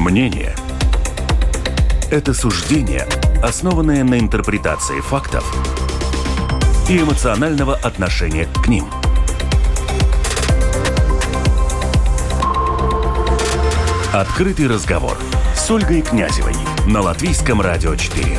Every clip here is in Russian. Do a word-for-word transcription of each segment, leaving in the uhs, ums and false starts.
Мнение – это суждение, основанное на интерпретации фактов и эмоционального отношения к ним. Открытый разговор с Ольгой Князевой на Латвийском радио четыре.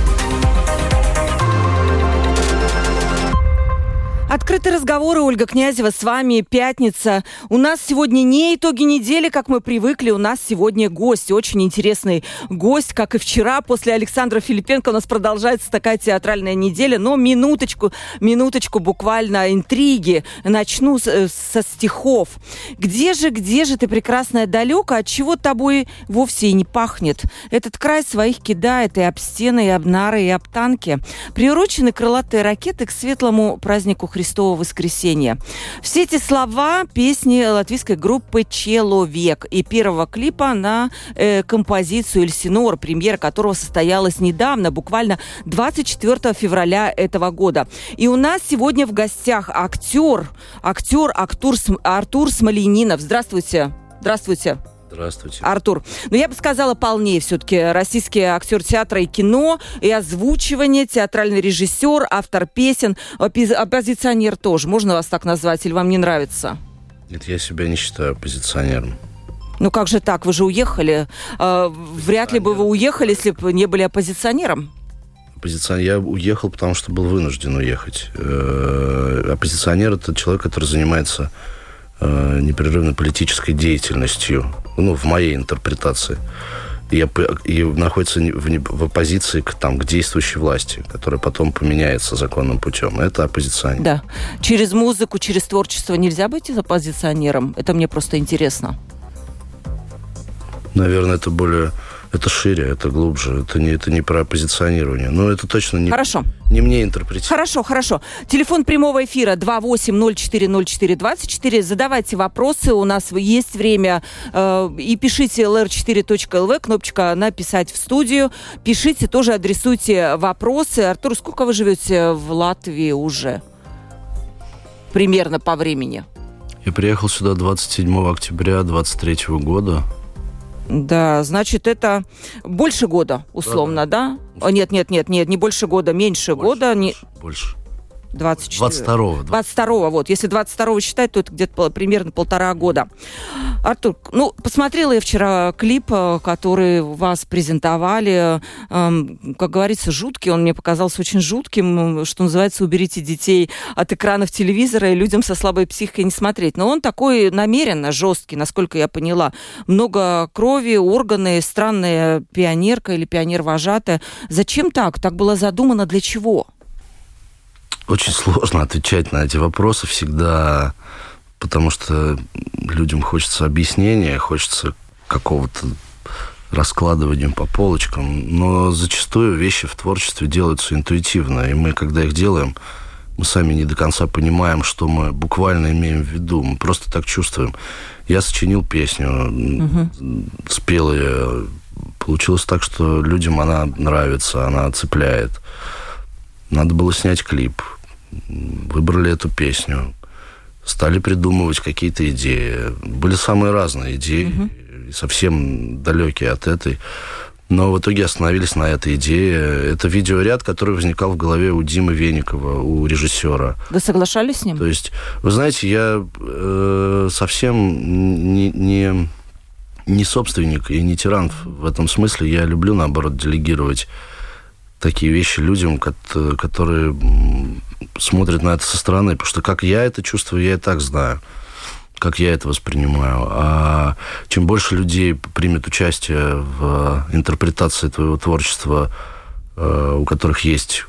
Открытый разговор, Ольга Князева, с вами, пятница. У нас сегодня не итоги недели, как мы привыкли, у нас сегодня гость, очень интересный гость, как и вчера, после Александра Филипенко у нас продолжается такая театральная неделя, но минуточку, минуточку буквально интриги, начну с, со стихов. Где же, где же ты, прекрасная далека, от чего тобой вовсе и не пахнет? Этот край своих кидает и об стены, и об нары, и об танки. Приурочены крылатые ракеты к светлому празднику Христового воскресения. Все эти слова песни латвийской группы «Человек» и первого клипа на э, композицию «Эльсинор», премьера которого состоялась недавно, буквально двадцать четвёртого февраля этого года. И у нас сегодня в гостях актер, актер Артур, Артур Смоленинов. Здравствуйте. Здравствуйте. Здравствуйте. Артур. Но я бы сказала полнее все-таки. Российский актер театра и кино, и озвучивания, театральный режиссер, автор песен, оппозиционер тоже. Можно вас так назвать или вам не нравится? Нет, я себя не считаю оппозиционером. Ну как же так? Вы же уехали. Вряд ли бы вы уехали, если бы не были оппозиционером. Оппозиционер. Я уехал, потому что был вынужден уехать. Оппозиционер – это человек, который занимается непрерывной политической деятельностью, ну, в моей интерпретации, и, и находится в, в оппозиции к, там, к действующей власти, которая потом поменяется законным путем. Это оппозиционер. Да. Через музыку, через творчество нельзя быть оппозиционером? Это мне просто интересно. Наверное, это более... Это шире, это глубже, это не, это не про оппозиционирование. Но это точно не, хорошо. не мне интерпретировать. Хорошо, хорошо. Телефон прямого эфира два восемь ноль четыре ноль четыре двадцать четыре. Задавайте вопросы, у нас есть время. Э, и пишите эл эр четыре точка эл ви, кнопочка «Написать в студию». Пишите, тоже адресуйте вопросы. Артур, сколько вы живете в Латвии уже? Примерно по времени. Я приехал сюда двадцать седьмого октября двадцать третьего года. Да, значит, это больше года, условно, да? да? Нет, нет, нет, нет, не больше года, меньше больше, года. Больше, не... больше. двадцать четыре. двадцать второго. двадцать второго, вот. Если двадцать второго считать, то это где-то примерно полтора года. Артур, ну, посмотрела я вчера клип, который вас презентовали. Эм, как говорится, жуткий. Он мне показался очень жутким. Что называется, уберите детей от экранов телевизора и людям со слабой психикой не смотреть. Но он такой намеренно жесткий, насколько я поняла. Много крови, органы, странная пионерка или пионер-вожатая. Зачем так? Так было задумано для чего? Очень сложно отвечать на эти вопросы всегда, потому что людям хочется объяснения, хочется какого-то раскладывания по полочкам, но зачастую вещи в творчестве делаются интуитивно, и мы, когда их делаем, мы сами не до конца понимаем, что мы буквально имеем в виду, мы просто так чувствуем. Я сочинил песню, угу. спел ее, получилось так, что людям она нравится, она цепляет. Надо было снять клип. Выбрали эту песню. Стали придумывать какие-то идеи. Были самые разные идеи, uh-huh. совсем далекие от этой. Но в итоге остановились на этой идее. Это видеоряд, который возникал в голове у Димы Веникова, у режиссера. Вы соглашались с ним? То есть, вы знаете, я э, совсем не, не, не собственник и не тиран в этом смысле. Я люблю, наоборот, делегировать такие вещи людям, которые смотрят на это со стороны. Потому что как я это чувствую, я и так знаю, как я это воспринимаю. А чем больше людей примет участие в интерпретации твоего творчества, у которых есть,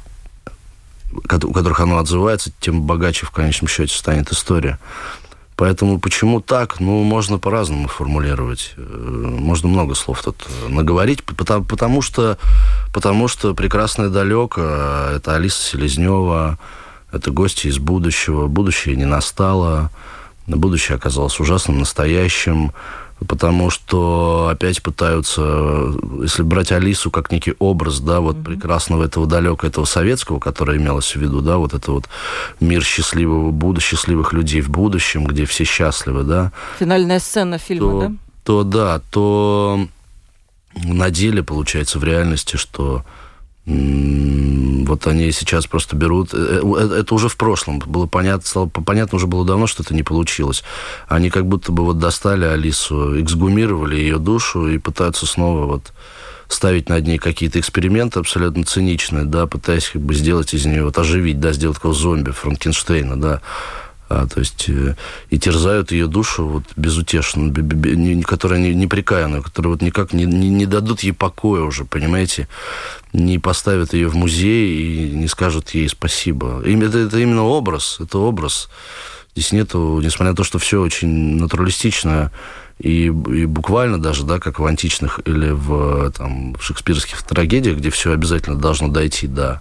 у которых оно отзывается, тем богаче в конечном счете станет история. Поэтому почему так? Ну, можно по-разному формулировать. Можно много слов тут наговорить, потому, потому, что, потому что «Прекрасная далека» — это Алиса Селезнева, это гости из будущего. Будущее не настало, будущее оказалось ужасным настоящим. потому что опять пытаются, если брать Алису как некий образ, да, вот mm-hmm. прекрасного этого далека, этого советского, которое имелось в виду, да, вот это вот мир счастливого будущего, счастливых людей в будущем, где все счастливы, да. Финальная сцена фильма, то, да? То, да, то на деле, получается, в реальности, что м- вот они сейчас просто берут... Это уже в прошлом. Было понятно, стало понятно уже было давно, что это не получилось. Они как будто бы вот достали Алису, эксгумировали ее душу и пытаются снова вот ставить над ней какие-то эксперименты абсолютно циничные, да, пытаясь как бы сделать из нее, вот оживить, да, сделать такого зомби, Франкенштейна, да. А, то есть э, и терзают ее душу вот безутешно, б- б- не, которая не, непрекаянная, которая вот никак не, не, не дадут ей покоя уже, понимаете, не поставят ее в музей и не скажут ей спасибо. И это, это именно образ, это образ. Здесь нету, несмотря на то, что все очень натуралистично и, и буквально даже, да, как в античных или в, там, в шекспировских трагедиях, где все обязательно должно дойти до...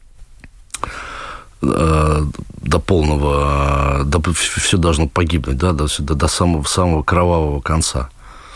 до полного, до, все должно погибнуть, да, до, до, до самого, самого кровавого конца.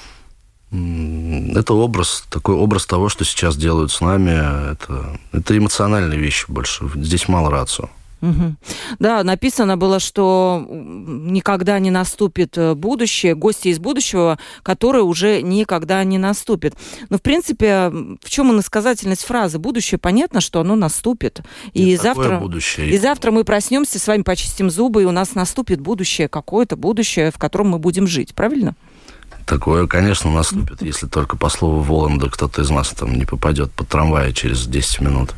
Это образ, такой образ того, что сейчас делают с нами, это, это эмоциональные вещи больше, здесь мало рацио. Угу. Да, написано было, что никогда не наступит будущее, гости из будущего, которое уже никогда не наступит. Но, в принципе, в чем иносказательность фразы? Будущее, понятно, что оно наступит. И завтра, будущее. И завтра мы проснемся, с вами почистим зубы, и у нас наступит будущее, какое-то будущее, в котором мы будем жить. Правильно? Такое, конечно, наступит, если только по слову Воланда кто-то из нас там не попадет под трамвай через десять минут.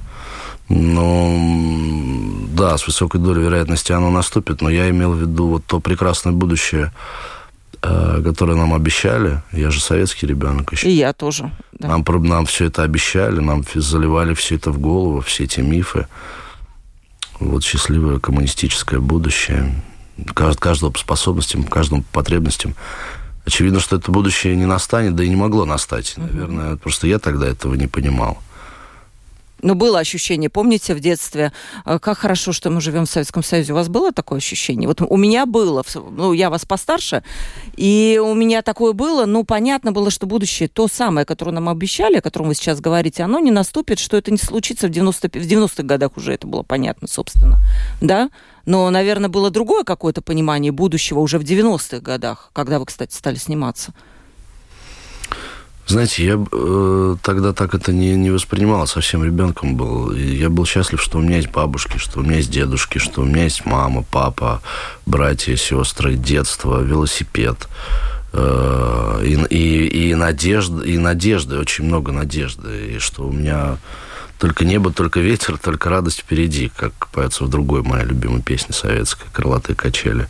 Ну, да, с высокой долей вероятности оно наступит, но я имел в виду вот то прекрасное будущее, э, которое нам обещали. Я же советский ребенок еще. И я тоже. Да. Нам, нам все это обещали, нам заливали все это в голову, все эти мифы. Вот счастливое коммунистическое будущее. Кажд, каждого по способностям, каждому по потребностям. Очевидно, что это будущее не настанет, да и не могло настать. Наверное, угу. Просто я тогда этого не понимал. Но было ощущение, помните, в детстве, как хорошо, что мы живем в Советском Союзе. У вас было такое ощущение? Вот у меня было, ну, я вас постарше, и у меня такое было, ну, понятно было, что будущее, то самое, которое нам обещали, о котором вы сейчас говорите, оно не наступит, что это не случится в девяностых годах уже, это было понятно, собственно, да? Но, наверное, было другое какое-то понимание будущего уже в девяностых годах, когда вы, кстати, стали сниматься. Знаете, я э, тогда так это не, не воспринимал, совсем ребенком был. И я был счастлив, что у меня есть бабушки, что у меня есть дедушки, что у меня есть мама, папа, братья, сестры, детство, велосипед. Э, и, и, и, надежды, и надежды, очень много надежды. И что у меня только небо, только ветер, только радость впереди, как поется в другой моей любимой песне советской «Крылатые качели».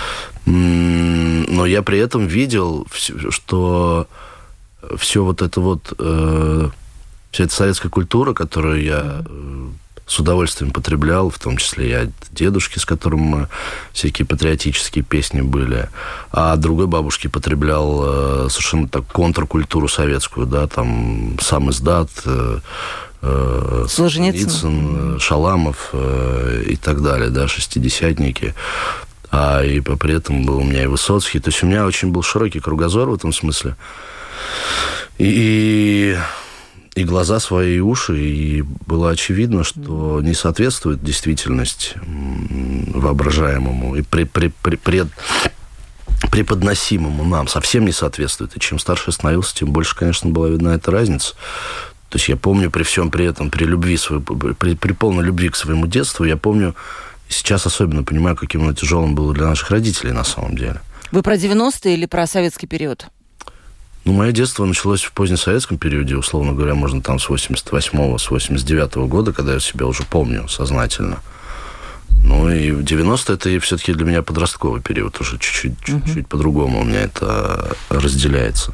Но я при этом видел, что... все вот это вот, э, вся эта советская культура, которую я э, с удовольствием потреблял, в том числе и от дедушки, с которым мы всякие патриотические песни были, а от другой бабушки потреблял э, совершенно так контркультуру советскую, да, там сам издат, э, э, Солженицын, Шаламов э, и так далее, да, шестидесятники. А и при этом был у меня и Высоцкий. То есть у меня очень был широкий кругозор в этом смысле. И, и глаза свои, и уши, и было очевидно, что не соответствует действительность воображаемому и при, при, при, пред, преподносимому нам, совсем не соответствует. И чем старше я становился, тем больше, конечно, была видна эта разница. То есть я помню при всем при этом, при любви, свою, при, при полной любви к своему детству, я помню, сейчас особенно понимаю, каким оно тяжелым было для наших родителей на самом деле. Вы про девяностые или про советский период? Ну, мое детство началось в позднесоветском периоде, условно говоря, можно там с восемьдесят восьмого, с восемьдесят девятого года, когда я себя уже помню сознательно. Ну, и в девяностые это все-таки для меня подростковый период, уже чуть-чуть, uh-huh. чуть-чуть по-другому у меня это разделяется.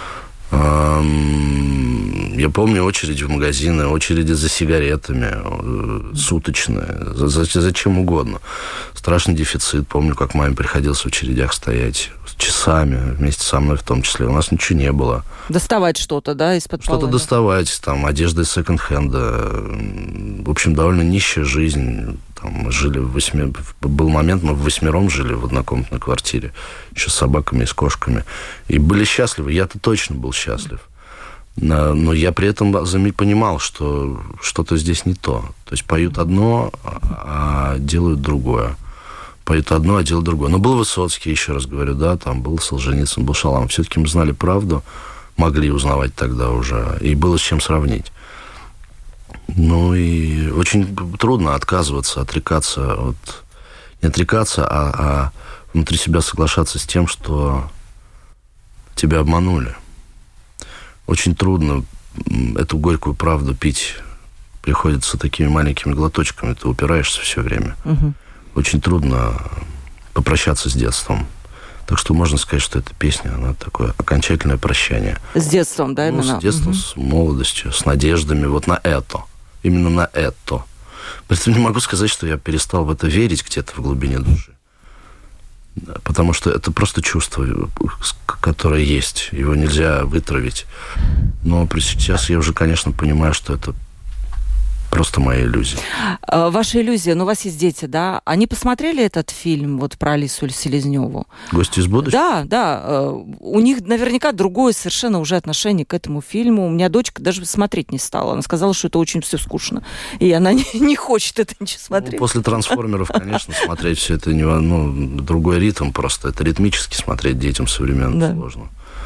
Я помню очереди в магазины, очереди за сигаретами, суточные, за, за, за чем угодно. Страшный дефицит. Помню, как маме приходилось в очередях стоять часами, вместе со мной в том числе. У нас ничего не было. Доставать что-то, да, из-под Что-то полы? доставать, там, одежда из секонд-хенда. В общем, довольно нищая жизнь. Там, мы жили в восьми... Был момент, мы в восьмером жили в однокомнатной квартире. Еще с собаками и с кошками. И были счастливы. Я-то точно был счастлив. Но я при этом понимал, что что-то здесь не то. То есть поют одно, а делают другое. Поют одно, а делают другое. Но был Высоцкий, еще раз говорю, да, там был Солженицын, был Шаламов. Все-таки мы знали правду, могли узнавать тогда уже, и было с чем сравнить. Ну и очень трудно отказываться, отрекаться от... Не отрекаться, а, а внутри себя соглашаться с тем, что тебя обманули. Очень трудно эту горькую правду пить. Приходится такими маленькими глоточками. Ты упираешься все время. Угу. Очень трудно попрощаться с детством. Так что можно сказать, что эта песня, она такое окончательное прощание. С детством, да, ну, именно? С детством, угу. с молодостью, с надеждами вот на это. Именно на это. Поэтому не могу сказать, что я перестал в это верить где-то в глубине души. Потому что это просто чувство, которое есть. Его нельзя вытравить. Но сейчас я уже, конечно, понимаю, что это просто моя иллюзия. Ваша иллюзия, ну, у вас есть дети, да? Они посмотрели этот фильм вот про Алису Селезневу? «Гости из будущего»? Да, да. У них наверняка другое совершенно уже отношение к этому фильму. У меня дочка даже смотреть не стала. Она сказала, что это очень все скучно. И она не, не хочет это ничего смотреть. Ну, после «Трансформеров», конечно, смотреть все это не... Ну, другой ритм просто. Это ритмически смотреть детям современным да. сложно.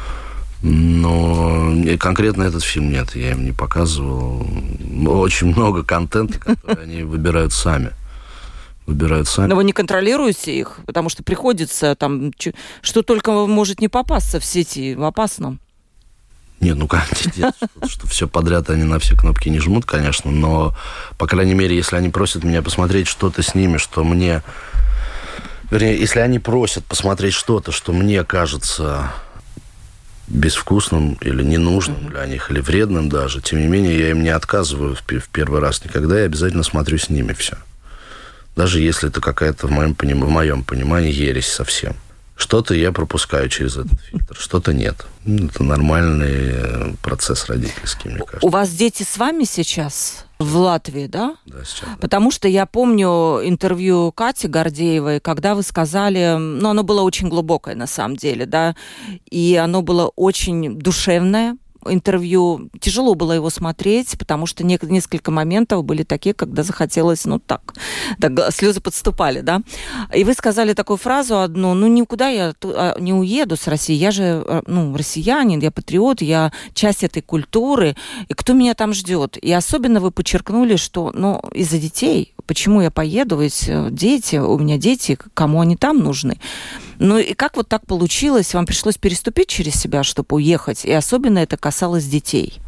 Но конкретно этот фильм нет, я им не показывал. Очень много контента, который они выбирают сами. Выбирают сами. Но вы не контролируете их, потому что приходится там, что только может не попасться в сети, в опасном. Нет, ну, конечно, что, что все подряд они на все кнопки не жмут, конечно, но, по крайней мере, если они просят меня посмотреть что-то с ними, что мне... Вернее, если они просят посмотреть что-то, что мне кажется... безвкусным или ненужным mm-hmm. для них, или вредным даже. Тем не менее, я им не отказываю в, в первый раз никогда, я обязательно смотрю с ними все. Даже если это какая-то в моем, поним... в моем понимании ересь совсем. Что-то я пропускаю через этот фильтр, что-то нет. Это нормальный процесс родительский, мне кажется. У вас дети с вами сейчас в Латвии, да? Да, сейчас. Да. Потому что я помню интервью Кати Гордеевой, когда вы сказали, ну, оно было очень глубокое на самом деле, да, и оно было очень душевное. Интервью, тяжело было его смотреть, потому что не, несколько моментов были такие, когда захотелось, ну так, так, слезы подступали, да. И вы сказали такую фразу одну, ну никуда я не уеду с России, я же, ну, россиянин, я патриот, я часть этой культуры, и кто меня там ждет? И особенно вы подчеркнули, что, ну, из-за детей, почему я поеду, ведь дети, у меня дети, кому они там нужны? Ну и как вот так получилось? Вам пришлось переступить через себя, чтобы уехать? И особенно это касалось детей.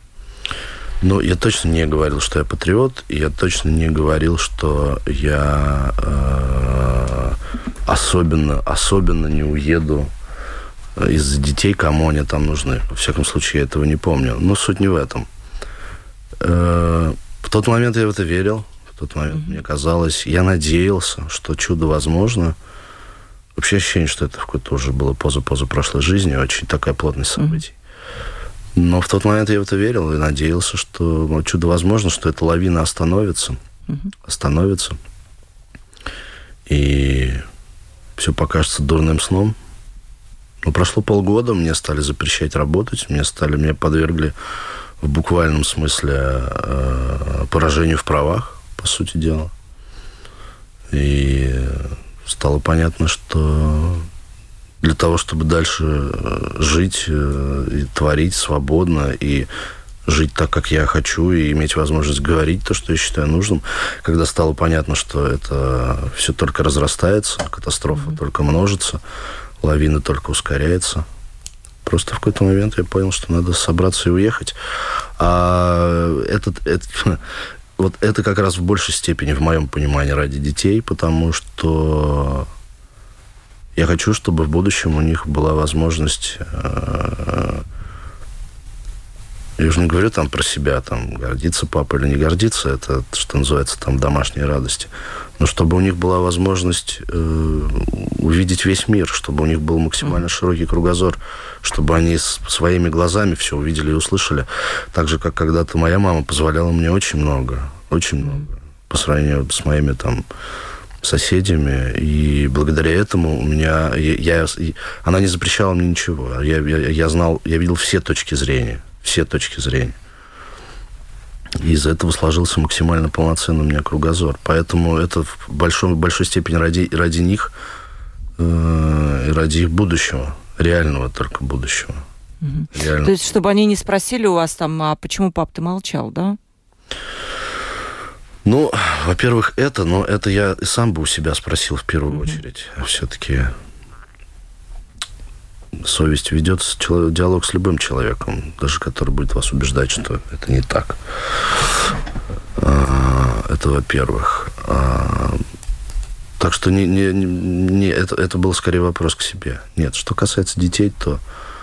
Ну, я точно не говорил, что я патриот, и я точно не говорил, что я э, особенно, особенно не уеду из-за детей, кому они там нужны. Во всяком случае, я этого не помню. Но суть не в этом. Э, в тот момент я в это верил. В тот момент mm-hmm. мне казалось, я надеялся, что чудо возможно. Вообще ощущение, что это какое-то уже было поза-поза прошлой жизни, очень такая плотность событий. Mm-hmm. Но в тот момент я в это верил и надеялся, что ну, чудо возможно, что эта лавина остановится. Mm-hmm. Остановится. И все покажется дурным сном. Но прошло полгода, мне стали запрещать работать, мне стали, меня подвергли в буквальном смысле э, поражению в правах, по сути дела. И стало понятно, что для того, чтобы дальше жить и творить свободно, и жить так, как я хочу, и иметь возможность говорить то, что я считаю нужным, когда стало понятно, что это все только разрастается, катастрофа mm-hmm. только множится, лавина только ускоряется, просто в какой-то момент я понял, что надо собраться и уехать. А этот... этот Вот это как раз в большей степени, в моем понимании, ради детей, потому что я хочу, чтобы в будущем у них была возможность... Я уже не говорю там про себя, там, гордиться папа или не гордиться, это, что называется, там, домашние радости. Но чтобы у них была возможность э, увидеть весь мир, чтобы у них был максимально mm-hmm. широкий кругозор, чтобы они с своими глазами все увидели и услышали. Так же, как когда-то моя мама позволяла мне очень много, очень много, по сравнению с моими там соседями. И благодаря этому у меня... Я, я, она не запрещала мне ничего. Я, я, я знал, я видел все точки зрения. Все точки зрения. И из-за этого сложился максимально полноценный у меня кругозор. Поэтому это в большой, большой степени ради, ради них э, и ради их будущего. Реального только будущего. Угу. То есть, чтобы они не спросили у вас там, а почему, пап, ты молчал, да? Ну, во-первых, это, но это я и сам бы у себя спросил в первую mm-hmm. очередь. Все-таки совесть ведет диалог с любым человеком, даже который будет вас убеждать, что это не так. Это во-первых. Так что не, не, не, это, это был скорее вопрос к себе. Нет, что касается детей, то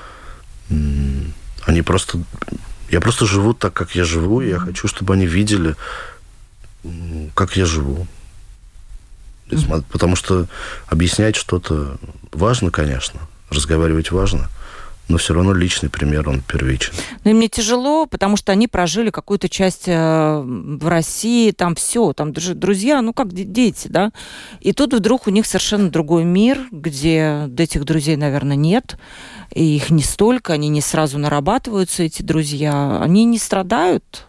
они просто... Я просто живу так, как я живу, и я хочу, чтобы они видели, как я живу. Mm-hmm. Потому что объяснять что-то важно, конечно, разговаривать важно, но все равно личный пример, он первичен. Ну, и мне тяжело, потому что они прожили какую-то часть в России, там все, там друзья, ну, как дети, да, и тут вдруг у них совершенно другой мир, где этих друзей, наверное, нет, и их не столько, они не сразу нарабатываются, эти друзья, они не страдают?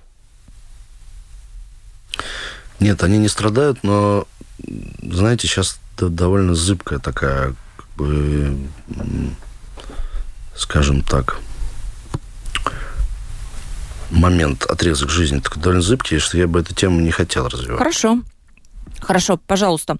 Нет, они не страдают, но, знаете, сейчас довольно зыбкая такая, как бы, скажем так, момент, отрезок жизни такой довольно зыбкий, что я бы эту тему не хотел развивать. Хорошо. Хорошо, пожалуйста.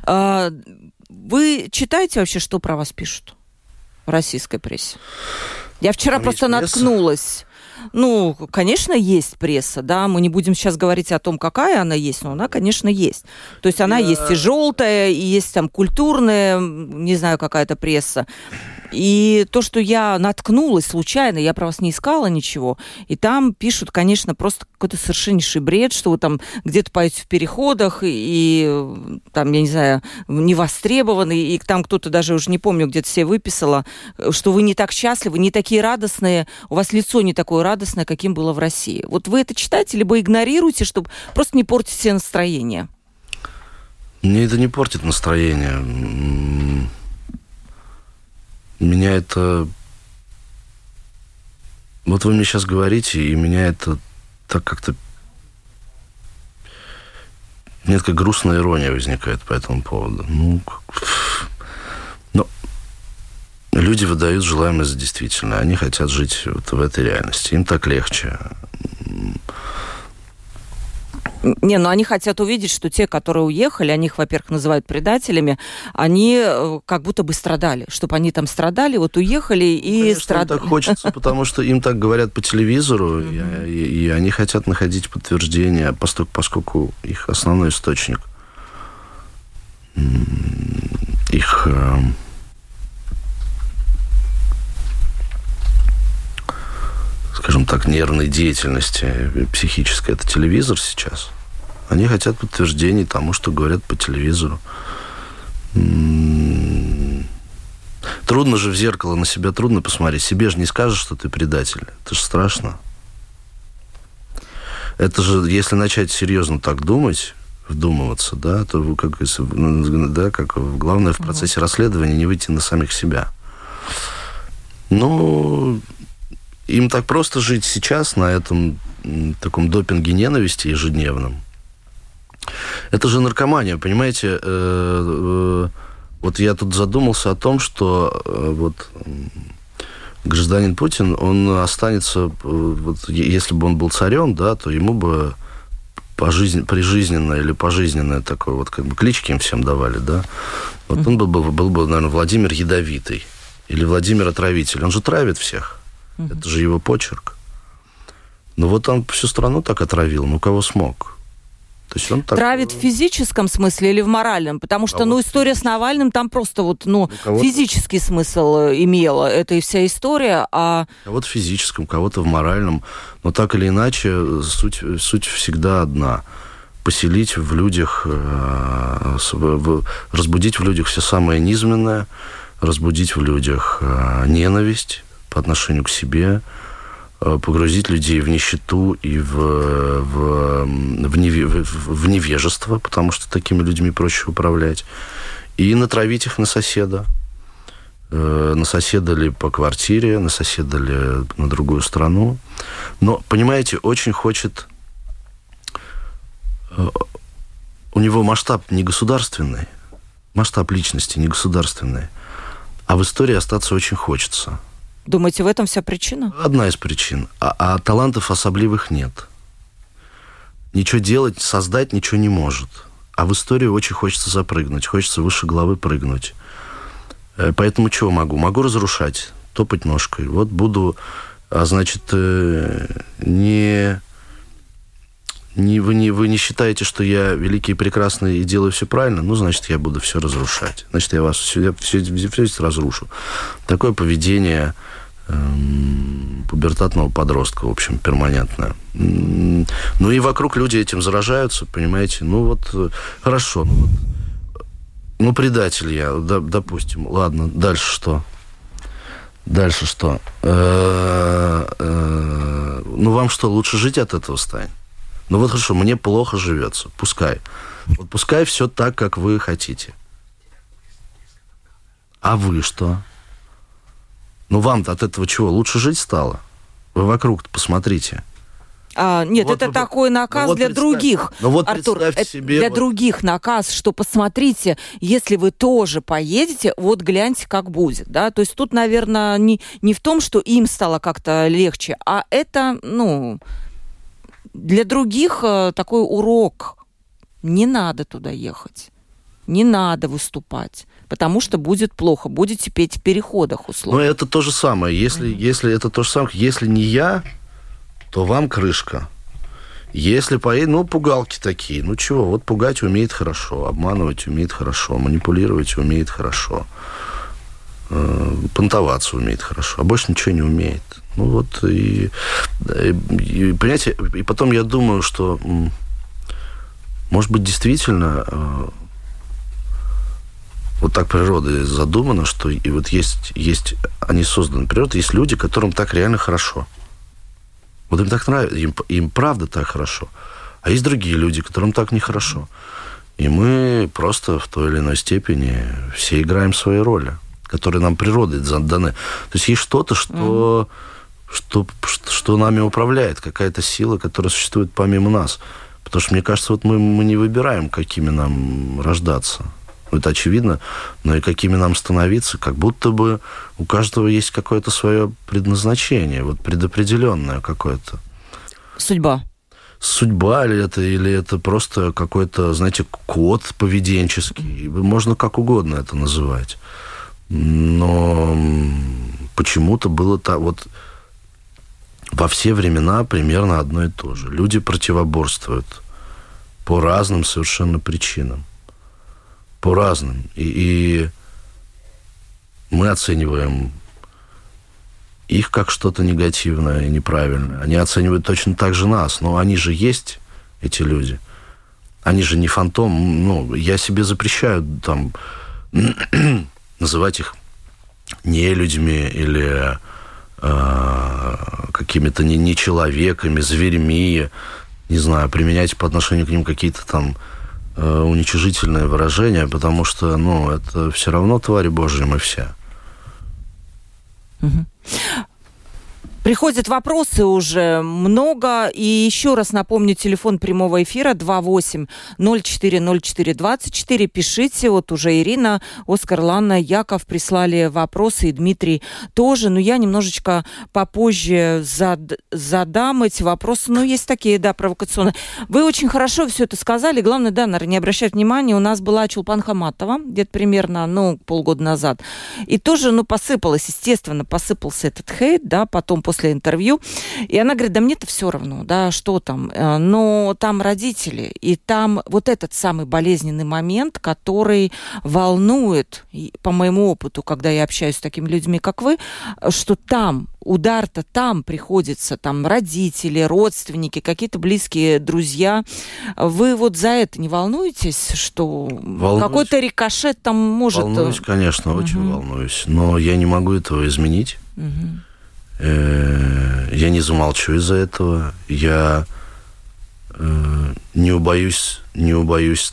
Вы читаете вообще, что про вас пишут в российской прессе? Я вчера Там просто наткнулась. Ну, конечно, есть пресса, да, мы не будем сейчас говорить о том, какая она есть, но она, конечно, есть. То есть она Я... есть и желтая, и есть там культурная, не знаю, какая-то пресса. И то, что я наткнулась случайно, я про вас не искала ничего, и там пишут, конечно, просто какой-то совершеннейший бред, что вы там где-то поете в переходах, и, и там, я не знаю, не востребованы, и там кто-то даже, уже не помню, где-то себе выписала, что вы не так счастливы, не такие радостные, у вас лицо не такое радостное, каким было в России. Вот вы это читаете, либо игнорируете, чтобы просто не портить себе настроение? Мне это не портит настроение. Меня это... Вот вы мне сейчас говорите, и меня это так как-то... У меня такая грустная ирония возникает по этому поводу. Ну, но люди выдают желаемое за действительное. Они хотят жить вот в этой реальности. Им так легче. Не, ну они хотят увидеть, что те, которые уехали, они их, во-первых, называют предателями, они как будто бы страдали. Чтобы они там страдали, вот уехали и страдали. Им так хочется, потому что им так говорят по телевизору, и, и, и они хотят находить подтверждение, поскольку, поскольку их основной источник их... скажем так, нервной деятельности психической, это телевизор сейчас. Они хотят подтверждений тому, что говорят по телевизору. Трудно же в зеркало на себя, трудно посмотреть. Себе же не скажешь, что ты предатель. Это же страшно. Это же, если начать серьезно так думать, вдумываться, да, то как, да, как главное в процессе расследования не выйти на самих себя. Ну... Им так просто жить сейчас на этом таком допинге ненависти ежедневном. Это же наркомания, понимаете? Вот я тут задумался о том, что вот гражданин Путин, он останется, вот, если бы он был царем, да, то ему бы пожизненно, прижизненное или пожизненное такое, вот как бы клички им всем давали, да. Вот он был бы, был бы, наверное, Владимир Ядовитый или Владимир Отравитель. Он же травит всех. Uh-huh. Это же его почерк. Ну вот он всю страну так отравил, ну кого смог. То есть он так... Травит в физическом смысле или в моральном? Потому что, а ну, вот история физически. С Навальным там просто вот, ну, физический смысл имела. Это и вся история, а... Кого-то в физическом, кого-то в моральном. Но так или иначе, суть, суть всегда одна. Поселить в людях, разбудить в людях все самое низменное, разбудить в людях ненависть по отношению к себе, погрузить людей в нищету и в, в, в, неве, в невежество, потому что такими людьми проще управлять, и натравить их на соседа. На соседа ли по квартире, на соседа ли на другую страну. Но, понимаете, очень хочет... У него масштаб не государственный, масштаб личности не государственный, а в истории остаться очень хочется. Думаете, в этом вся причина? Одна из причин. А, а талантов особливых нет. Ничего делать, создать ничего не может. А в историю очень хочется запрыгнуть, хочется выше головы прыгнуть. Поэтому чего могу? Могу разрушать, топать ножкой. Вот буду, а значит, не, не, вы, не, вы не считаете, что я великий и прекрасный и делаю все правильно? Ну, значит, я буду все разрушать. Значит, я вас все, все, все, все разрушу. Такое поведение эм, пубертатного подростка, в общем, перманентное. Ну, и вокруг люди этим заражаются, понимаете? Ну, вот, хорошо. Ну, вот, ну предатель я, допустим. Ладно, дальше что? Дальше что? Ну, вам что, лучше жить от этого станет? Ну, вот хорошо, мне плохо живется. Пускай. Вот пускай все так, как вы хотите. А вы что? Ну, вам-то от этого чего? Лучше жить стало? Вы вокруг-то посмотрите. А, нет, вот это вы, такой наказ ну вот для других. Ну вот Артур, это себе, для вот... других наказ, что посмотрите, если вы тоже поедете, вот гляньте, как будет, да. То есть тут, наверное, не, не в том, что им стало как-то легче, а это, ну, для других такой урок. Не надо туда ехать, не надо выступать, потому что будет плохо, будете петь в переходах условно. Но это то же самое. Если, mm-hmm. если это то же самое, если не я, то вам крышка. Если поедет, ну, пугалки такие. Ну, чего, вот пугать умеет хорошо, обманывать умеет хорошо, манипулировать умеет хорошо, э, понтоваться умеет хорошо, а больше ничего не умеет. Ну, вот, и, и, и понимаете, и потом я думаю, что, может быть, действительно, э, вот так природой задумано, что и вот есть, есть, они созданы природой, есть люди, которым так реально хорошо. Вот им так нравится, им, им правда так хорошо. А есть другие люди, которым так нехорошо. И мы просто в той или иной степени все играем свои роли, которые нам природой даны. То есть есть что-то, что, mm. что, что, что нами управляет, какая-то сила, которая существует помимо нас. Потому что, мне кажется, вот мы, мы не выбираем, какими нам рождаться. Это очевидно, но и какими нам становиться, как будто бы у каждого есть какое-то свое предназначение, вот предопределенное какое-то. Судьба. Судьба или это, или это просто какой-то, знаете, код поведенческий. Можно как угодно это называть. Но почему-то было так вот во все времена примерно одно и то же. Люди противоборствуют по разным совершенно причинам. По разным. И, и мы оцениваем их как что-то негативное и неправильное. Они оценивают точно так же нас. Но они же есть, эти люди. Они же не фантом. Ну, я себе запрещаю там называть их нелюдьми или э, какими-то не, не человеками, зверьми. Не знаю, применять по отношению к ним какие-то там уничижительное выражение, потому что, ну, это все равно твари Божьи мы все. Угу. Приходят вопросы уже много. И еще раз напомню, телефон прямого эфира два восемь ноль четыре ноль четыре двадцать четыре. Пишите. Вот уже Ирина, Оскар, Ланна, Яков прислали вопросы, и Дмитрий тоже. Но я немножечко попозже зад... задам эти вопросы. Ну, есть такие, да, провокационные. Вы очень хорошо все это сказали. Главное, да, наверное, не обращать внимания. У нас была Чулпан Хаматова где-то примерно, ну, полгода назад. И тоже, ну, посыпалось, естественно, посыпался этот хейт, да, потом после после интервью, и она говорит, да мне-то все равно, да, что там, но там родители, и там вот этот самый болезненный момент, который волнует, по моему опыту, когда я общаюсь с такими людьми, как вы, что там удар-то там приходится, там родители, родственники, какие-то близкие друзья. Вы вот за это не волнуетесь, что волнуюсь. Какой-то рикошет там может... Волнуюсь, конечно, угу. очень волнуюсь, но я не могу этого изменить. Угу. Я не замолчу из-за этого. Я не убоюсь, не убоюсь,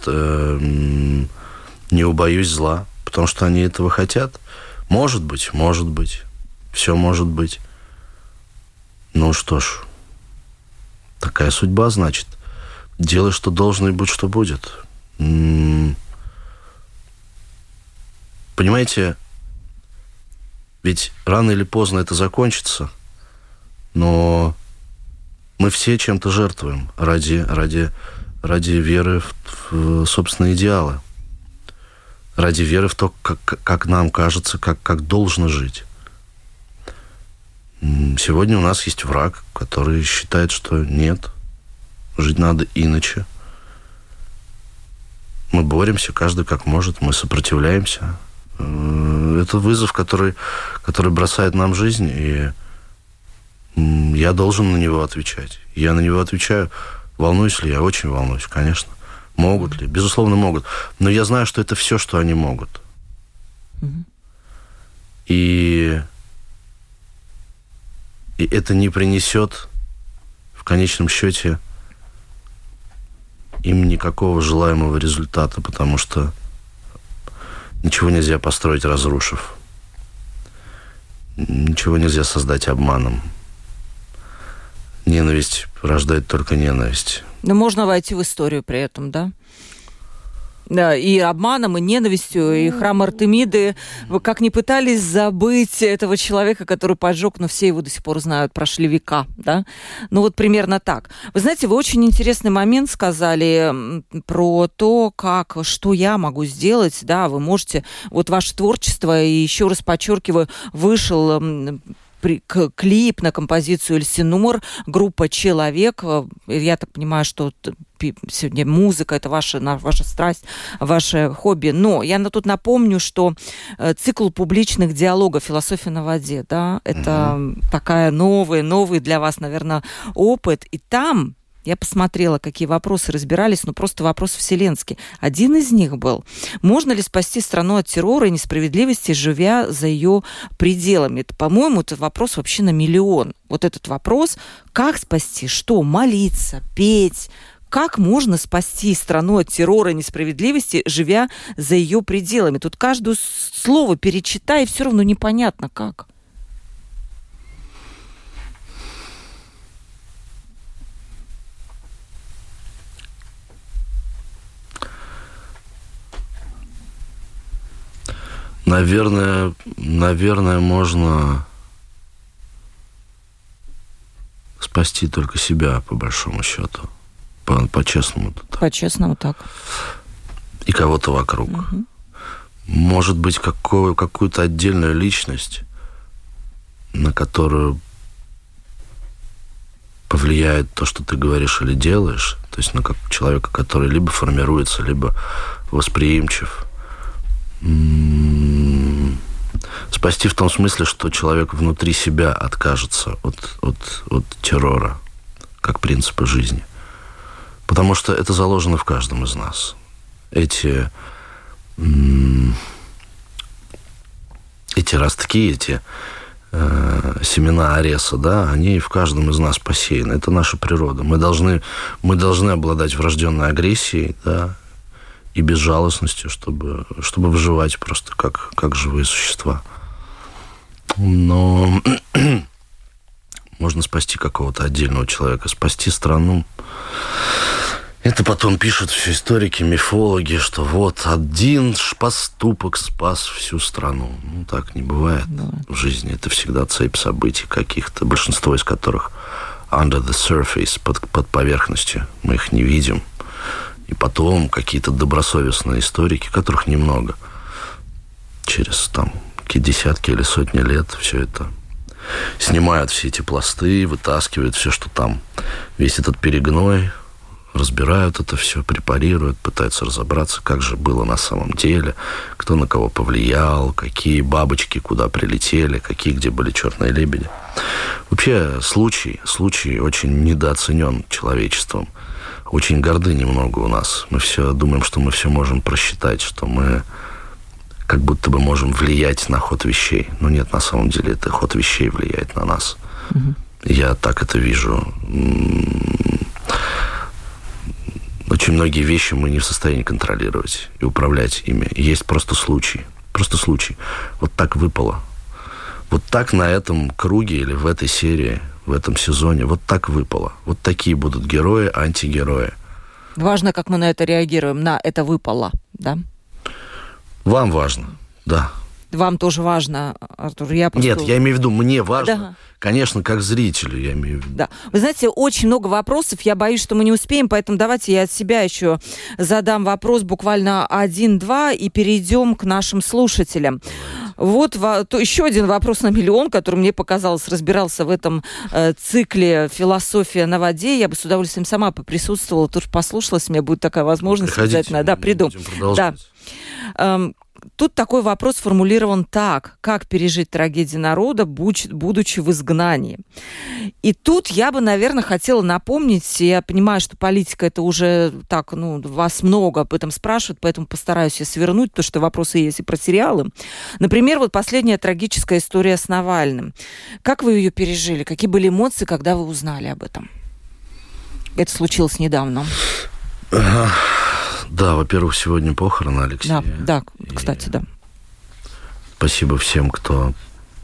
не убоюсь зла, потому что они этого хотят. Может быть, может быть. Все может быть. Ну что ж, такая судьба, значит. Делай, что должно, и будь, что будет. Понимаете, Ведь рано или поздно это закончится, но мы все чем-то жертвуем ради, ради, ради веры в, в собственные идеалы, ради веры в то, как, как нам кажется, как, как должно жить. Сегодня у нас есть враг, который считает, что нет, жить надо иначе. Мы боремся, каждый как может, мы сопротивляемся. Это вызов, который, который бросает нам жизнь, и я должен на него отвечать. Я на него отвечаю. Волнуюсь ли я? Очень волнуюсь, конечно. Могут ли? Безусловно, могут. Но я знаю, что это все, что они могут. Mm-hmm. И... И это не принесет в конечном счете им никакого желаемого результата, потому что ничего нельзя построить, разрушив. Ничего нельзя создать обманом. Ненависть рождает только ненависть. Но можно войти в историю при этом, да? Да, и обманом, и ненавистью, и храм Артемиды. Вы как ни пытались забыть этого человека, который поджег, но все его до сих пор знают, прошли века, да? Ну вот примерно так. Вы знаете, вы очень интересный момент сказали про то, как, что я могу сделать, да, вы можете, вот ваше творчество, и еще раз подчеркиваю, вышел... клип на композицию «Эльсинор», группа «Человек». Я так понимаю, что сегодня музыка – это ваша, ваша страсть, ваше хобби. Но я тут напомню, что цикл публичных диалогов «Философия на воде», да, это mm-hmm. такая новый, новый для вас, наверное, опыт. И там... Я посмотрела, какие вопросы разбирались, но просто вопрос вселенский. Один из них был: можно ли спасти страну от террора и несправедливости, живя за ее пределами? Это, по-моему, это вопрос вообще на миллион. Вот этот вопрос: как спасти? Что? Молиться, петь? Как можно спасти страну от террора и несправедливости, живя за ее пределами? Тут каждое слово перечитай, и все равно непонятно, как. Наверное, наверное, можно спасти только себя, по большому счету. По, по-честному. По-честному так. И кого-то вокруг. Угу. Может быть, какую, какую-то отдельную личность, на которую повлияет то, что ты говоришь или делаешь. То есть на как человека, который либо формируется, либо восприимчив. Спасти в том смысле, что человек внутри себя откажется от, от, от террора, как принципа жизни. Потому что это заложено в каждом из нас. Эти, эти ростки, эти э, семена ареса, да, они в каждом из нас посеяны. Это наша природа. Мы должны, мы должны обладать врожденной агрессией, да, и безжалостностью, чтобы, чтобы выживать просто как, как живые существа. Но можно спасти какого-то отдельного человека, спасти страну. Это потом пишут все историки, мифологи, что вот один поступок спас всю страну. Ну, так не бывает да. в жизни. Это всегда цепь событий каких-то, большинство из которых under the surface, под, под поверхностью. Мы их не видим. И потом какие-то добросовестные историки, которых немного, через там какие десятки или сотни лет все это снимают, все эти пласты, вытаскивают все, что там, весь этот перегной, разбирают это все, препарируют, пытаются разобраться, как же было на самом деле, кто на кого повлиял, какие бабочки куда прилетели, какие где были черные лебеди. Вообще случай, случай очень недооценен человечеством. Очень гордыни много у нас. Мы все думаем, что мы все можем просчитать, что мы как будто бы можем влиять на ход вещей. Но нет, на самом деле это ход вещей влияет на нас. Угу. Я так это вижу. Очень многие вещи мы не в состоянии контролировать и управлять ими. Есть просто случай. Просто случай. Вот так выпало. Вот так на этом круге или в этой серии, в этом сезоне, вот так выпало. Вот такие будут герои, антигерои. Важно, как мы на это реагируем, на это выпало, да? Вам важно, да. Вам тоже важно, Артур? Я просто... Нет, я имею в виду, мне важно. Да. Конечно, как зрителю, я имею в виду. Да. Вы знаете, очень много вопросов. Я боюсь, что мы не успеем, поэтому давайте я от себя еще задам вопрос буквально один-два и перейдем к нашим слушателям. Вот то, еще один вопрос на миллион, который мне показалось, разбирался в этом э, цикле «Философия на воде». Я бы с удовольствием сама поприсутствовала, тоже послушалась, у меня будет такая возможность. Приходите, обязательно. Да, приду. Да. Эм, Тут такой вопрос сформулирован так. Как пережить трагедию народа, будучи в изгнании? И тут я бы, наверное, хотела напомнить, я понимаю, что политика это уже так, ну, вас много об этом спрашивают, поэтому постараюсь я свернуть, потому что вопросы есть и про сериалы. Например, вот последняя трагическая история с Навальным. Как вы ее пережили? Какие были эмоции, когда вы узнали об этом? Это случилось недавно. Да, во-первых, сегодня похороны Алексея. Да, да, кстати, да. Спасибо всем, кто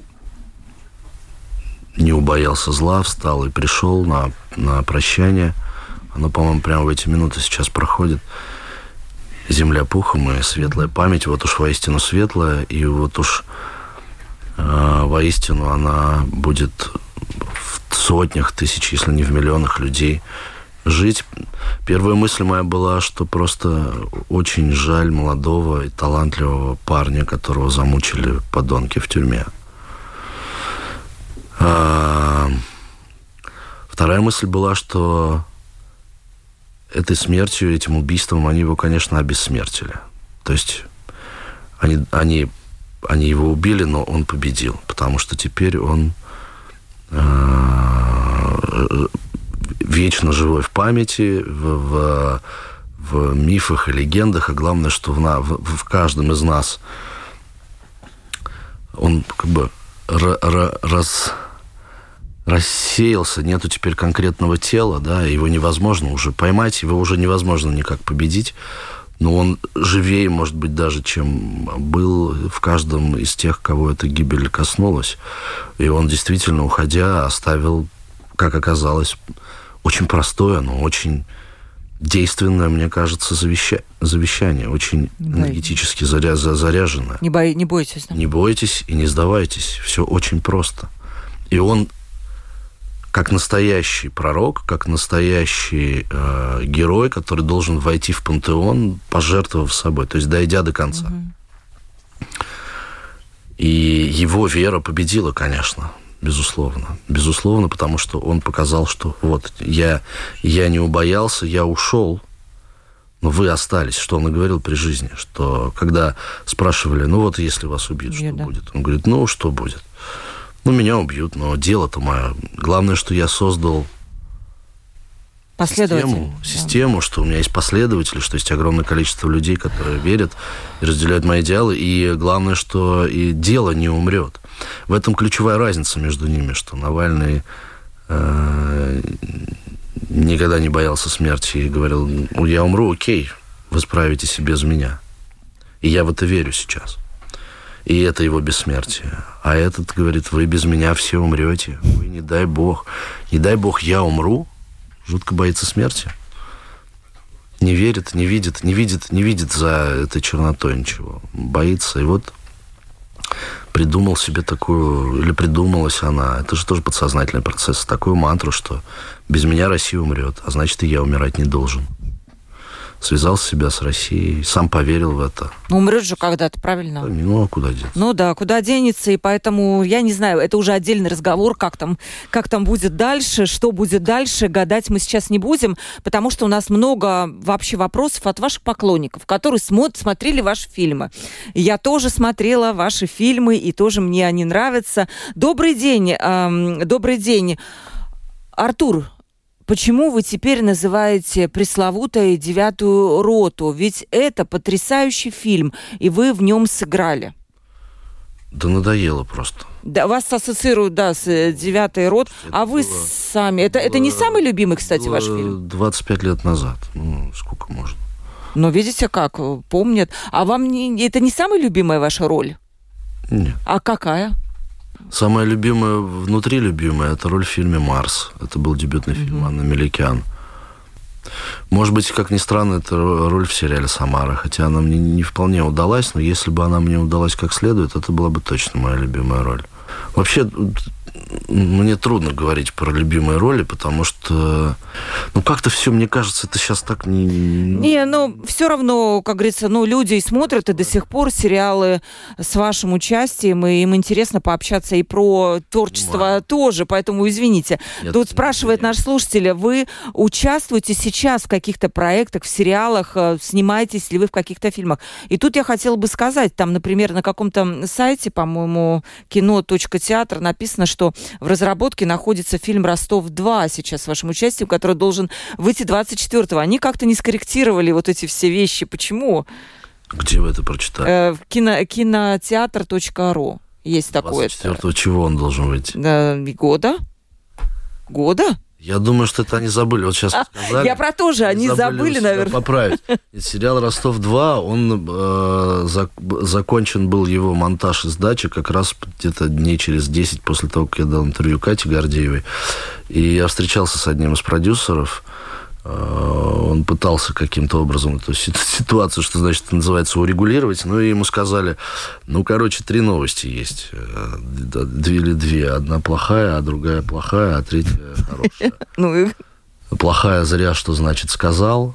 не убоялся зла, встал и пришел на, на прощание. Оно, по-моему, прямо в эти минуты сейчас проходит. Земля пухом и светлая память. Вот уж воистину светлая, и вот уж э, воистину она будет в сотнях тысяч, если не в миллионах людей жить. Первая мысль моя была, что просто очень жаль молодого и талантливого парня, которого замучили подонки в тюрьме. А... Вторая мысль была, что этой смертью, этим убийством они его, конечно, обессмертили. То есть они, они, они его убили, но он победил, потому что теперь он вечно живой в памяти, в, в, в мифах и легендах, а главное, что в, на, в, в каждом из нас он как бы р, р, раз, рассеялся, нету теперь конкретного тела, да, его невозможно уже поймать, его уже невозможно никак победить, но он живее, может быть, даже, чем был в каждом из тех, кого эта гибель коснулась. И он действительно, уходя, оставил, как оказалось, очень простое, но очень действенное, мне кажется, завеща... завещание. Очень энергетически заря... заряженное. Не, бо... не бойтесь. Да? Не бойтесь и не сдавайтесь. Все очень просто. И он, как настоящий пророк, как настоящий э, герой, который должен войти в пантеон, пожертвовав собой, то есть дойдя до конца. Угу. И его вера победила, конечно. Безусловно. Безусловно, потому что он показал, что вот я, я не убоялся, я ушел, но вы остались. Что он и говорил при жизни, что когда спрашивали, ну вот если вас убьют, что да. будет? Он говорит, ну что будет? Ну меня убьют, но дело-то мое. Главное, что я создал систему, да. систему, что у меня есть последователи, что есть огромное количество людей, которые верят и разделяют мои идеалы, и главное, что и дело не умрет. В этом ключевая разница между ними, что Навальный э, никогда не боялся смерти и говорил, ну, я умру, окей, вы справитесь и без меня. И я в это верю сейчас. И это его бессмертие. А этот говорит, вы без меня все умрете, вы не дай бог. Не дай бог я умру, жутко боится смерти. Не верит, не видит, не видит, не видит за этой чернотой ничего. Боится. И вот придумал себе такую, или придумалась она, это же тоже подсознательный процесс, такую мантру, что без меня Россия умрет, а значит, и я умирать не должен. Связал себя с Россией, сам поверил в это. Ну, умрет же когда-то, правильно? Ну, а куда деться? Ну да, куда денется, и поэтому, я не знаю, это уже отдельный разговор, как там, как там будет дальше, что будет дальше, гадать мы сейчас не будем, потому что у нас много вообще вопросов от ваших поклонников, которые смо- смотрели ваши фильмы. Я тоже смотрела ваши фильмы, и тоже мне они нравятся. Добрый день, эм, добрый день, Артур. Почему вы теперь называете пресловутую «Девятую роту»? Ведь это потрясающий фильм, и вы в нем сыграли. Да надоело просто. Да, вас ассоциируют, да, с «Девятой ротой». А вы было, сами... Это, было, это не самый любимый, кстати, ваш фильм? двадцать пять лет назад. Ну, сколько можно. Но видите как, помнят. А вам не, это не самая любимая ваша роль? Нет. А какая? Самая любимая, внутри любимая, это роль в фильме «Марс». Это был дебютный фильм mm-hmm. Анны Меликян. Может быть, как ни странно, это роль в сериале «Самара», хотя она мне не вполне удалась, но если бы она мне удалась как следует, это была бы точно моя любимая роль. Вообще, мне трудно говорить про любимые роли, потому что, ну, как-то все, мне кажется, это сейчас так не... Не, ну, все равно, как говорится, ну, люди и смотрят, и до сих пор сериалы с вашим участием, и им интересно пообщаться и про творчество Понимаю. Тоже, поэтому извините. Нет, Тут спрашивает наш слушатель, вы участвуете сейчас в каких-то проектах, в сериалах, снимаетесь ли вы в каких-то фильмах? И тут я хотела бы сказать, там, например, на каком-то сайте, по-моему, кино точка театр написано, что в разработке находится фильм «Ростов-два» сейчас с вашим участием, который должен выйти двадцать четвёртого. Они как-то не скорректировали вот эти все вещи. Почему? Где вы это прочитали? Э, в кино, кинотеатр точка ру есть такое. двадцать четвёртого чего он должен выйти? Да, года? Года? Я думаю, что это они забыли. Вот сейчас сказали. Я про то же, они забыли, забыли наверное. Поправить. Сериал «Ростов-два», он э, зак, закончен был его монтаж и сдача как раз где-то дней через десять после того, как я дал интервью Кате Гордеевой. И я встречался с одним из продюсеров. Он пытался каким-то образом эту ситуацию, что значит, называется, урегулировать. Ну, и ему сказали, ну, короче, три новости есть. Две или две. Одна плохая, а другая плохая, а третья хорошая. Ну, плохая зря, что значит сказал.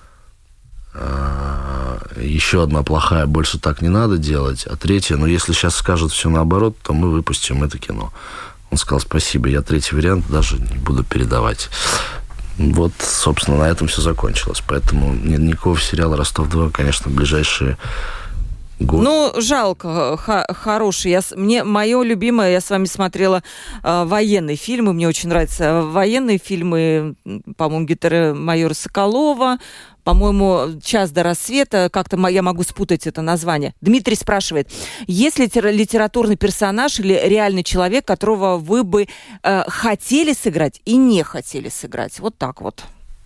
Еще одна плохая, больше так не надо делать. А третья, ну, если сейчас скажут все наоборот, то мы выпустим это кино. Он сказал, спасибо, я третий вариант даже не буду передавать. Вот, собственно, на этом все закончилось. Поэтому нет никакого сериала «Ростов-два», конечно, в ближайшие годы. Ну, жалко, х- хороший. Я, мне, мое любимое, я с вами смотрела э, военные фильмы. Мне очень нравятся военные фильмы. По-моему, «Гетеромайора Соколова». По-моему, «Час до рассвета», как-то я могу спутать это название. Дмитрий спрашивает, есть ли литературный персонаж или реальный человек, которого вы бы э, хотели сыграть и не хотели сыграть? Вот так вот.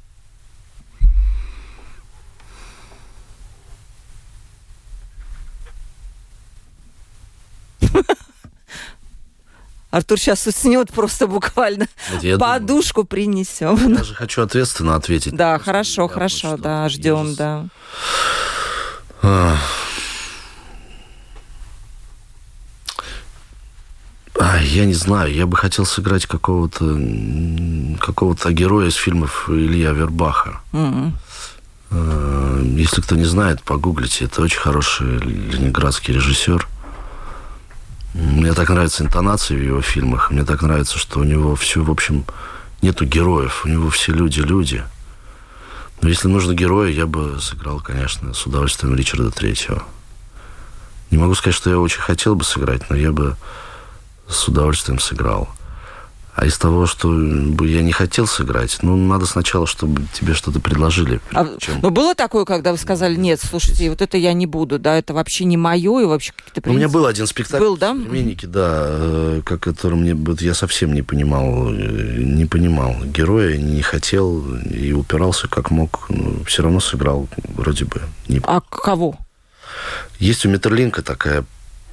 Артур сейчас уснет просто буквально. Я подушку думаю, принесем. Я же хочу ответственно ответить. Да, хорошо, хорошо, да, ждем, да. А, я не знаю, я бы хотел сыграть какого-то какого-то героя из фильмов Ильи Авербаха. Mm-hmm. Если кто не знает, погуглите. Это очень хороший ленинградский режиссер. Мне так нравятся интонации в его фильмах. Мне так нравится, что у него все, в общем, нету героев. У него все люди-люди. Но если нужно героя, я бы сыграл, конечно, с удовольствием Ричарда Третьего. Не могу сказать, что я очень хотел бы сыграть, но я бы с удовольствием сыграл. А из того, что бы я не хотел сыграть, ну, надо сначала, чтобы тебе что-то предложили. А, ну, было такое, когда вы сказали, нет, слушайте, вот это я не буду, да, это вообще не мое, и вообще какие-то принципы... У меня был один спектакль был, да? «Современники», да, как, который мне, вот, я совсем не понимал, не понимал героя, не хотел, и упирался как мог, но все равно сыграл, вроде бы. Не... А кого? Есть у Метерлинка такая...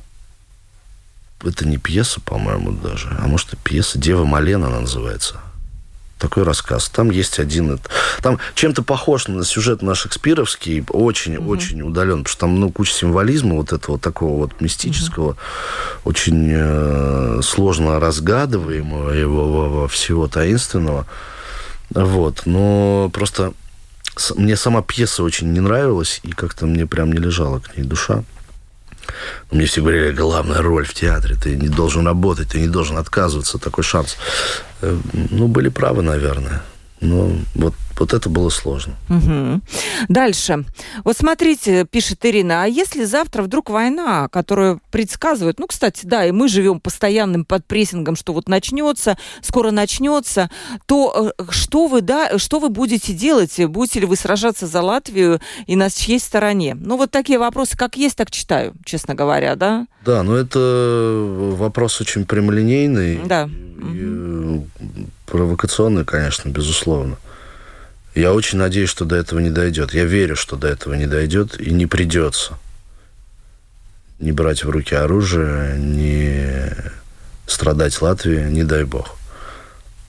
Это не пьеса, по-моему, даже. А может, и пьеса «Дева Малена» она называется. Такой рассказ. Там есть один... Там чем-то похож на сюжет на шекспировский, очень-очень угу. удален, потому что там, ну, куча символизма вот этого такого вот мистического, угу. очень э, сложно разгадываемого, его всего таинственного. Вот. Но просто мне сама пьеса очень не нравилась, и как-то мне прям не лежала к ней душа. Мне все говорили, главная роль в театре, ты не должен работать, ты не должен отказываться, такой шанс. Ну, были правы, наверное. Но вот, вот это было сложно. Угу. Дальше. Вот смотрите, пишет Ирина, а если завтра вдруг война, которую предсказывают, ну, кстати, да, и мы живем постоянным под прессингом, что вот начнется, скоро начнется, то что вы, да, что вы будете делать? Будете ли вы сражаться за Латвию и на чьей стороне? Ну, вот такие вопросы, как есть, так читаю, честно говоря, да? Да, но это вопрос очень прямолинейный. Да. И провокационный, конечно, безусловно. Я очень надеюсь, что до этого не дойдет. Я верю, что до этого не дойдет и не придется. Не брать в руки оружие, не страдать Латвии, не дай бог.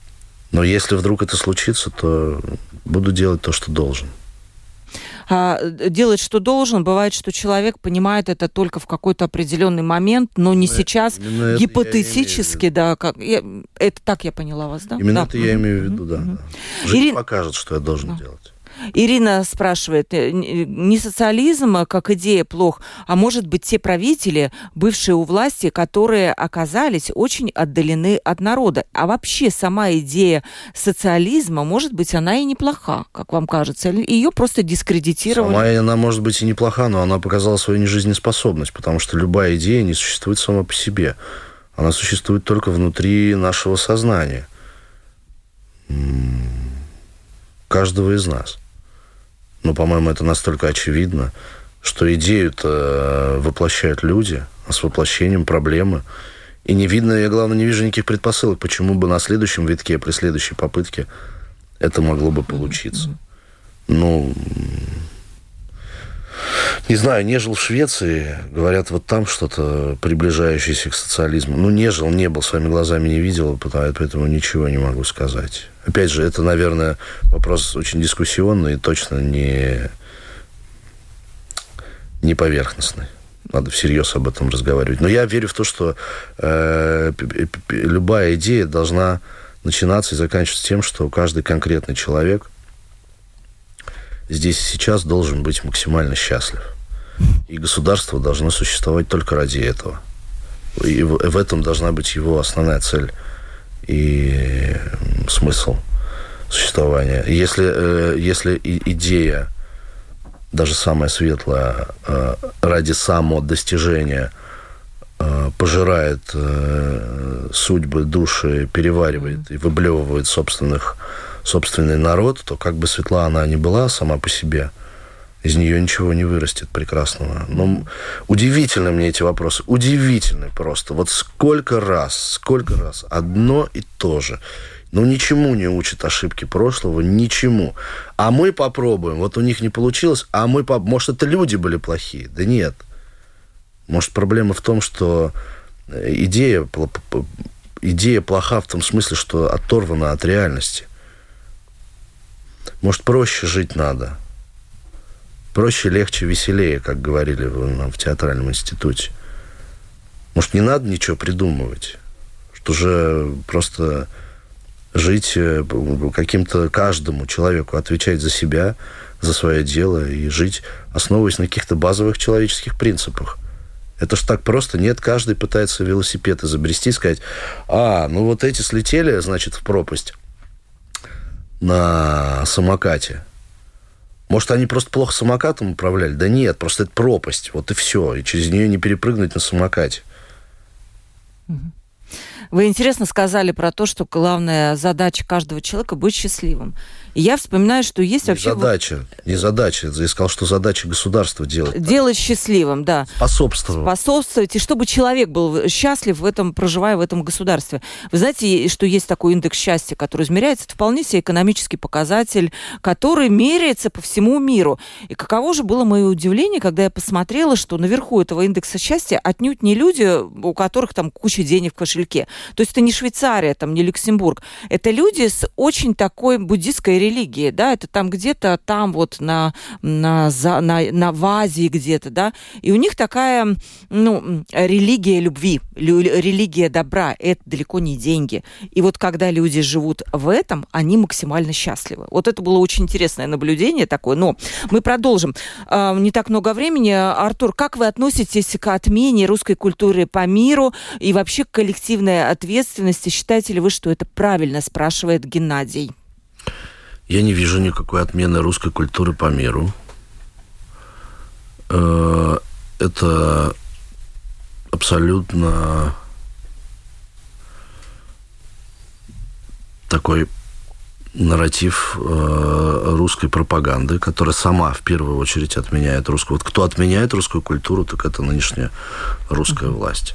Но если вдруг это случится, то буду делать то, что должен. А делать, что должен, бывает, что человек понимает это только в какой-то определенный момент, но не именно, сейчас, именно гипотетически, да. Как, я, это так я поняла вас, да? Именно да. это я имею в виду, да. Mm-hmm. да. Жизнь Ирина... покажет, что я должен да. делать. Ирина спрашивает, не социализм как идея плох, а может быть те правители, бывшие у власти, которые оказались очень отдалены от народа. А вообще сама идея социализма, может быть, она и неплоха, как вам кажется? Ее просто дискредитировали? Сама она может быть и неплоха, но она показала свою нежизнеспособность, потому что любая идея не существует сама по себе. Она существует только внутри нашего сознания. Каждого из нас. Но, по-моему, это настолько очевидно, что идею-то воплощают люди, а с воплощением проблемы. И не видно, я, главное, не вижу никаких предпосылок, почему бы на следующем витке, при следующей попытке это могло бы получиться. Ну, не знаю, не жил в Швеции, говорят, вот там что-то приближающееся к социализму. Ну, не жил, не был, своими глазами не видел, поэтому ничего не могу сказать. Опять же, это, наверное, вопрос очень дискуссионный и точно не, не поверхностный. Надо всерьез об этом разговаривать. Но я верю в то, что э, любая идея должна начинаться и заканчиваться тем, что каждый конкретный человек здесь и сейчас должен быть максимально счастлив. И государство должно существовать только ради этого. И в, в этом должна быть его основная цель и смысл существования. Если, если идея, даже самая светлая, ради самодостижения пожирает судьбы, души, переваривает и выблевывает собственных, собственный народ, то как бы светла она ни была сама по себе, из нее ничего не вырастет прекрасного. Но удивительны мне эти вопросы. Удивительны просто. Вот сколько раз, сколько раз одно и то же. Ну, ничему не учат ошибки прошлого, ничему. А мы попробуем. Вот у них не получилось, а мы... Поп... Может, это люди были плохие? Да нет. Может, проблема в том, что идея, идея плоха в том смысле, что оторвана от реальности. Может, проще жить надо. Проще, легче, веселее, как говорили нам в театральном институте. Может, не надо ничего придумывать? Что же просто жить каким-то каждому человеку, отвечать за себя, за свое дело и жить, основываясь на каких-то базовых человеческих принципах. Это ж так просто. Нет, каждый пытается велосипед изобрести, сказать, а, ну вот эти слетели, значит, в пропасть на самокате. Может, они просто плохо самокатом управляли? Да нет, просто это пропасть. Вот и все. И через нее не перепрыгнуть на самокате. Вы интересно сказали про то, что главная задача каждого человека — быть счастливым. И я вспоминаю, что есть не вообще... задача, не задача. Я сказал, что задача государства делать. Делать так. Счастливым, да. Способствовать. Способствовать, и чтобы человек был счастлив, в этом, проживая в этом государстве. Вы знаете, что есть такой индекс счастья, который измеряется, это вполне себе экономический показатель, который меряется по всему миру. И каково же было мое удивление, когда я посмотрела, что наверху этого индекса счастья отнюдь не люди, у которых там куча денег в кошельке. То есть это не Швейцария, там, не Люксембург. Это люди с очень такой буддистской религии, да, это там где-то там вот на, на, на, на в Азии где-то, да, и у них такая, ну, религия любви, религия добра, это далеко не деньги. И вот когда люди живут в этом, они максимально счастливы. Вот это было очень интересное наблюдение такое, но мы продолжим. Не так много времени. Артур, как вы относитесь к отмене русской культуры по миру и вообще к коллективной ответственности? Считаете ли вы, что это правильно, спрашивает Геннадий. Я не вижу никакой отмены русской культуры по миру. Это абсолютно такой нарратив русской пропаганды, которая сама в первую очередь отменяет русскую. Вот кто отменяет русскую культуру, так это нынешняя русская власть.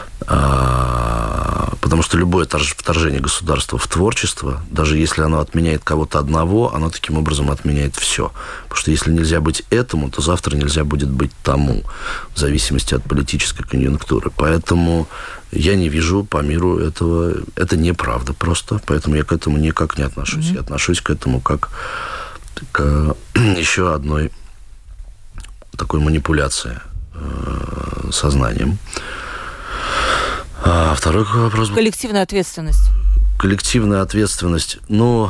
Потому что любое вторжение государства в творчество, даже если оно отменяет кого-то одного, оно таким образом отменяет все. Потому что если нельзя быть этому, то завтра нельзя будет быть тому, в зависимости от политической конъюнктуры. Поэтому Я не вижу по миру этого. Это неправда просто, поэтому я к этому никак не отношусь. Mm-hmm. Я отношусь к этому как к еще одной такой манипуляции э, сознанием. А второй вопрос... Коллективная ответственность. Коллективная ответственность. Ну,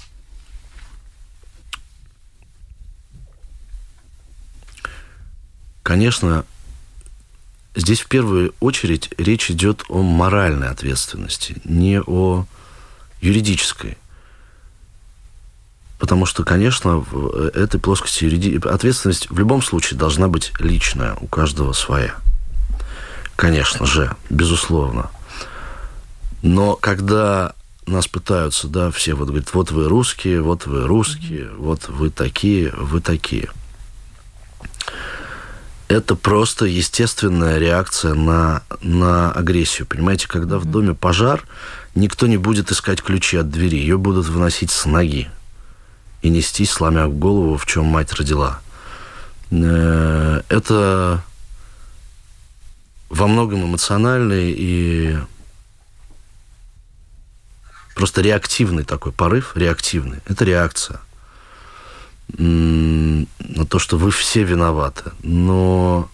конечно, здесь в первую очередь речь идет о моральной ответственности, не о юридической. Потому что, конечно, в этой плоскости юриди... ответственность в любом случае должна быть личная, у каждого своя. Конечно же, безусловно. Но когда нас пытаются, да, все вот говорят, вот вы русские, вот вы русские, mm-hmm. вот вы такие, вы такие. Это просто естественная реакция на, на агрессию. Понимаете, когда mm-hmm. в доме пожар, никто не будет искать ключи от двери, ее будут выносить с ноги и нестись, сломя голову, в чем мать родила. Это во многом эмоциональный и просто реактивный такой порыв, реактивный. Это реакция на то, что вы все виноваты. Но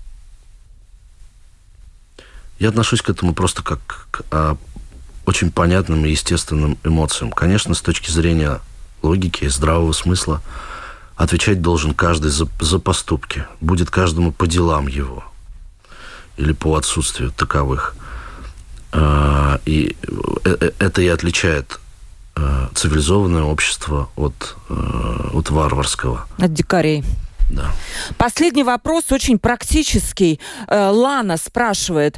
я отношусь к этому просто как к очень понятным и естественным эмоциям. Конечно, с точки зрения логики и здравого смысла отвечать должен каждый за, за поступки. Будет каждому по делам его или по отсутствию таковых. И это и отличает цивилизованное общество от, от варварского. От дикарей. Да. Последний вопрос, очень практический. Лана спрашивает,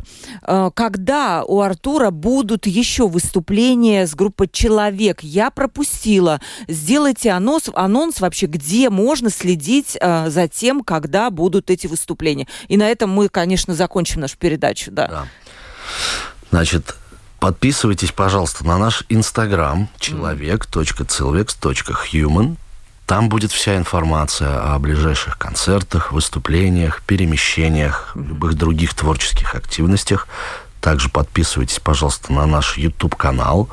когда у Артура будут еще выступления с группой «Человек»? Я пропустила. Сделайте анонс, анонс вообще, где можно следить за тем, когда будут эти выступления. И на этом мы, конечно, закончим нашу передачу. Да. Да. Значит, подписывайтесь, пожалуйста, на наш Инстаграм человек точка целвекс точка хьюман. Там будет вся информация о ближайших концертах, выступлениях, перемещениях, любых других творческих активностях. Также подписывайтесь, пожалуйста, на наш YouTube-канал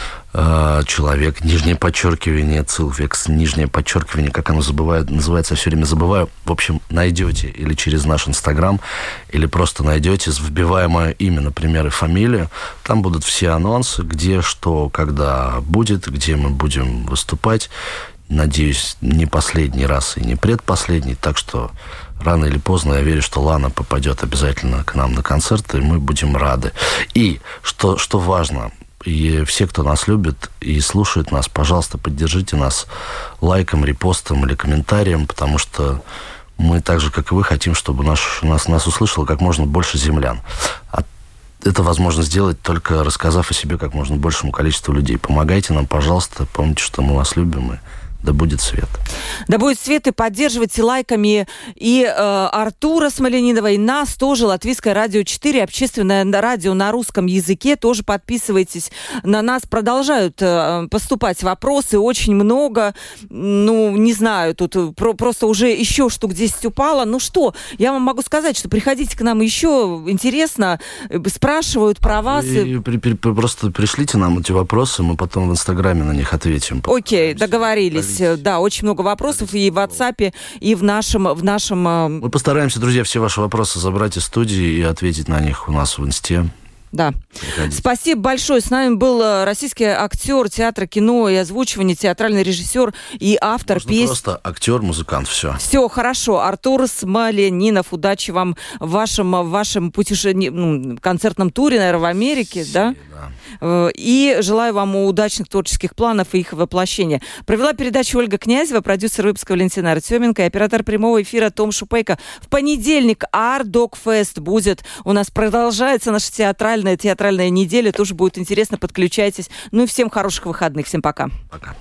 «Человек», нижнее подчеркивание, «Целвекс», нижнее подчеркивание, как оно забывает, называется, я все время забываю. В общем, найдете или через наш Инстаграм, или просто найдете, вбивая мое имя, например, и фамилию. Там будут все анонсы, где, что, когда будет, где мы будем выступать. Надеюсь, не последний раз и не предпоследний. Так что рано или поздно я верю, что Лана попадет обязательно к нам на концерт, и мы будем рады. И, что, что важно, и все, кто нас любит и слушает нас, пожалуйста, поддержите нас лайком, репостом или комментарием, потому что мы так же, как и вы, хотим, чтобы наш, нас, нас услышало как можно больше землян. А это возможно сделать, только рассказав о себе как можно большему количеству людей. Помогайте нам, пожалуйста, помните, что мы вас любим, и да будет свет. Да будет свет, и поддерживайте лайками и э, Артура Смольянинова, и нас тоже, Латвийское радио четыре, общественное радио на русском языке. Тоже подписывайтесь на нас. Продолжают э, поступать вопросы, очень много. Ну, не знаю, тут про, просто уже еще штук десять упало. Ну что, я вам могу сказать, что приходите к нам еще, интересно, спрашивают про вас. И, и, при, при, просто пришлите нам эти вопросы, мы потом в Инстаграме на них ответим. Окей, договорились. Да, очень много вопросов и в WhatsApp, и в нашем, в нашем... Мы постараемся, друзья, все ваши вопросы забрать из студии и ответить на них у нас в Инсте. Да. Приходите. Спасибо большое. С нами был российский актер театра, кино и озвучивания, театральный режиссер и автор песен. Просто актер, музыкант, все. Все хорошо. Артур Смольянинов, удачи вам в вашем, в вашем путеше... ну, концертном туре, наверное, в Америке, да? Да. И желаю вам удачных творческих планов и их воплощения. Провела передачу Ольга Князева, продюсер выпуска Валентина Артеменко и оператор прямого эфира Том Шупейко. В понедельник Art Dog Fest будет. У нас продолжается наша театральная, театральная неделя. Тоже будет интересно. Подключайтесь. Ну и всем хороших выходных. Всем пока. Пока.